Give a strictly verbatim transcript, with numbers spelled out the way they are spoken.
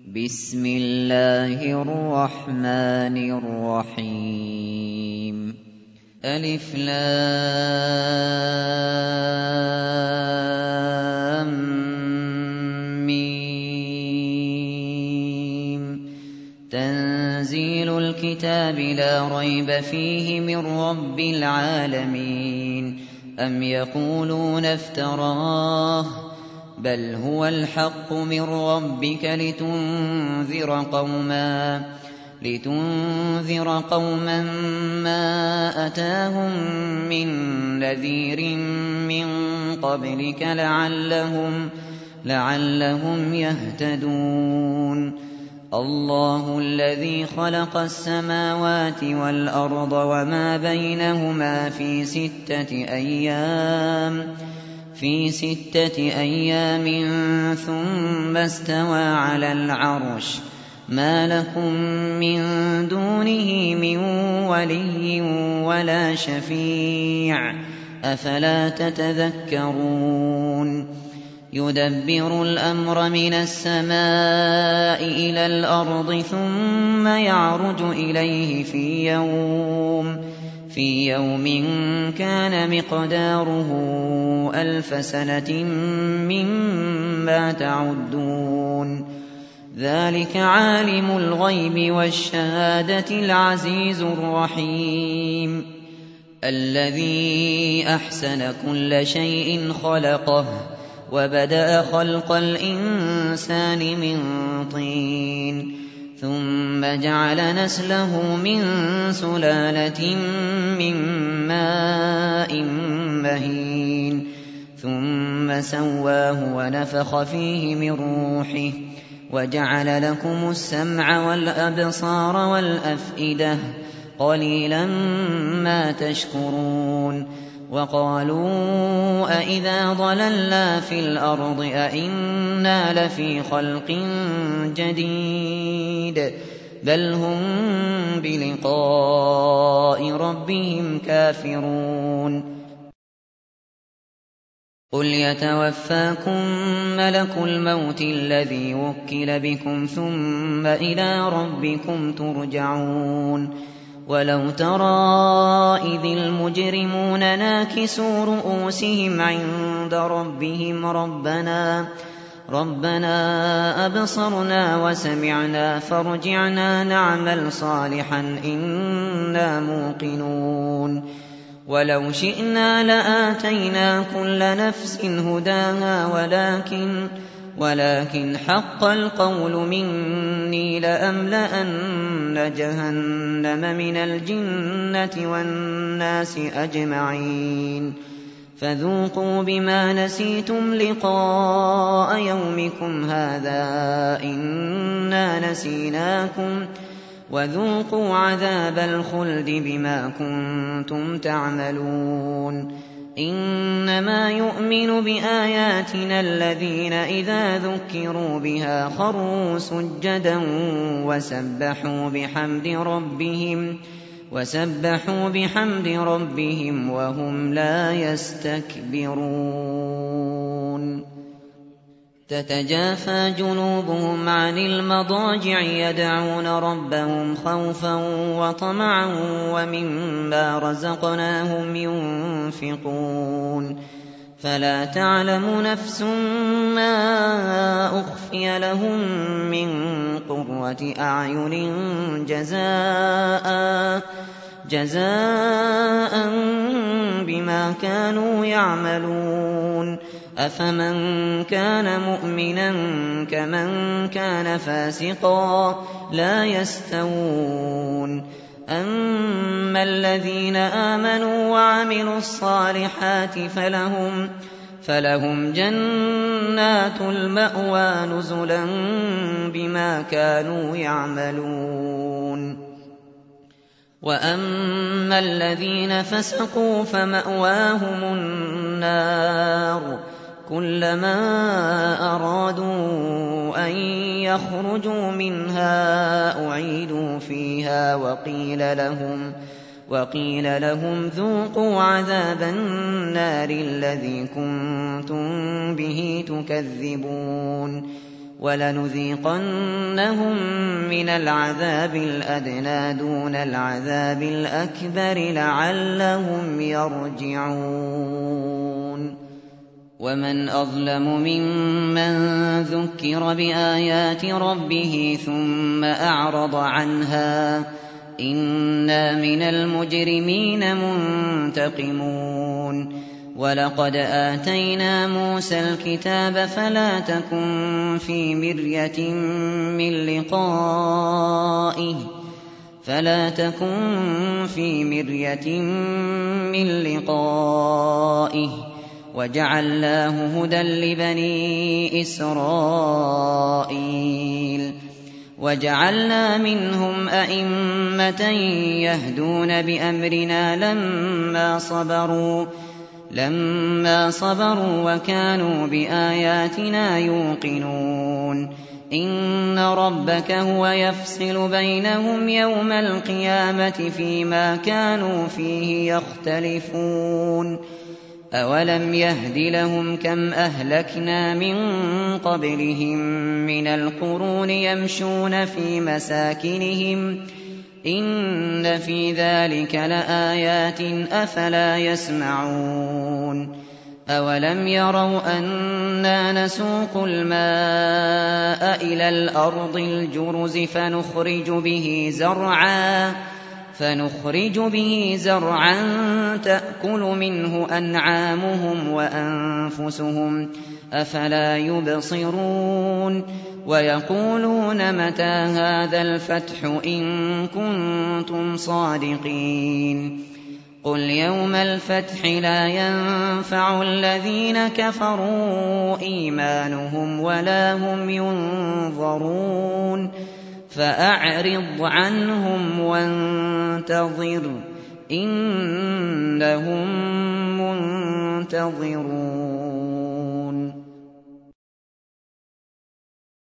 بسم الله الرحمن الرحيم ألف لام ميم تنزيل الكتاب لا ريب فيه من رب العالمين أم يقولون افتراه بل هو الحق من ربك لتنذر قوما لتنذر قوما ما أتاهم من نذير من قبلك لعلهم لعلهم يهتدون الله الذي خلق السماوات والأرض وما بينهما في ستة أيام في ستة أيام ثم استوى على العرش ما لكم من دونه من ولي ولا شفيع أفلا تتذكرون يدبر الأمر من السماء إلى الأرض ثم يعرج إليه في يوم في يوم كان مقداره ألف سنة مما تعدون ذلك عالم الغيب والشهادة العزيز الرحيم الذي أحسن كل شيء خلقه وبدأ خلق الإنسان من طين ثم جعل نسله من سلالة من ماء مهين ثم سواه ونفخ فيه من روحه وجعل لكم السمع والأبصار والأفئدة قليلا ما تشكرون وقالوا أئذا ضللنا في الأرض أئنا لفي خلق جديد بل هم بلقاء ربهم كافرون قل يتوفاكم ملك الموت الذي وكل بكم ثم إلى ربكم ترجعون ولو ترى إذ المجرمون ناكسوا رؤوسهم عند ربهم ربنا ربنا أبصرنا وسمعنا فارجعنا نعمل صالحا إنا موقنون ولو شئنا لآتينا كل نفس هداها ولكن ولكن حق القول مني لأملأن جهنم من الجنة والناس أجمعين فذوقوا بما نسيتم لقاء يومكم هذا إنا نسيناكم وذوقوا عذاب الخلد بما كنتم تعملون إنما يؤمن بآياتنا الذين إذا ذكروا بها خروا سجدا وسبحوا بحمد ربهم وسبحوا بحمد ربهم وهم لا يستكبرون تتجافى جنوبهم عن المضاجع يدعون ربهم خوفا وطمعا ومما رزقناهم ينفقون فلا تعلم نفس ما أخفي لهم من قرة أعين جزاء جزاء بما كانوا يعملون أفمن كان مؤمنا كمن كان فاسقا لا يستوون أما الذين آمنوا وعملوا الصالحات فلهم فلهم جنات المأوى نزلا بما كانوا يعملون وأما الذين فسقوا فمأواهم النار كلما أرادوا أن يخرجوا منها أعيدوا فيها وقيل لهم وقيل لهم ذوقوا عذاب النار الذي كنتم به تكذبون وَلَنُذِيقَنَّهُم مِّنَ الْعَذَابِ الْأَدْنَىٰ دُونَ الْعَذَابِ الْأَكْبَرِ لَعَلَّهُمْ يَرْجِعُونَ وَمَنْ أَظْلَمُ مِمَّن ذُكِّرَ بِآيَاتِ رَبِّهِ ثُمَّ أَعْرَضَ عَنْهَا ۚ إِنَّا مِنَ الْمُجْرِمِينَ مُنتَقِمُونَ وَلَقَدْ آتَيْنَا مُوسَى الْكِتَابَ فَلَا تَكُن فِي مِرْيَةٍ مِّن لِّقَائِهِ فَلَا تَكُن فِي مِرْيَةٍ مِّن لِّقَائِهِ وَجَعَلْنَاهُ هُدًى لِّبَنِي إِسْرَائِيلَ وَجَعَلْنَا مِنْهُمْ أَئِمَّةً يَهْدُونَ بِأَمْرِنَا لَمَّا صَبَرُوا لَمَّا صَبَرُوا وَكَانُوا بِآيَاتِنَا يُوقِنُونَ إِنَّ رَبَّكَ هُوَ يَفْصِلُ بَيْنَهُمْ يَوْمَ الْقِيَامَةِ فِيمَا كَانُوا فِيهِ يَخْتَلِفُونَ أَوَلَمْ يَهْدِ لَهُمْ كَمْ أَهْلَكْنَا مِن قَبْلِهِم مِّنَ الْقُرُونِ يَمْشُونَ فِي مَسَاكِنِهِمْ ۗ إِنَّ فِي ذَٰلِكَ لَآيَاتٍ ۖ أَفَلَا يَسْمَعُونَ أَوَلَمْ يَرَوْا أَنَّا نَسُوقُ الْمَاءَ إِلَى الْأَرْضِ الْجُرُزِ فَنُخْرِجُ بِهِ زَرْعًا فنخرج به زرعا تأكل منه أنعامهم وأنفسهم أفلا يبصرون ويقولون متى هذا الفتح إن كنتم صادقين قل يوم الفتح لا ينفع الذين كفروا إيمانهم ولا هم ينظرون فأعرض عنهم وانتظر إنهم منتظرون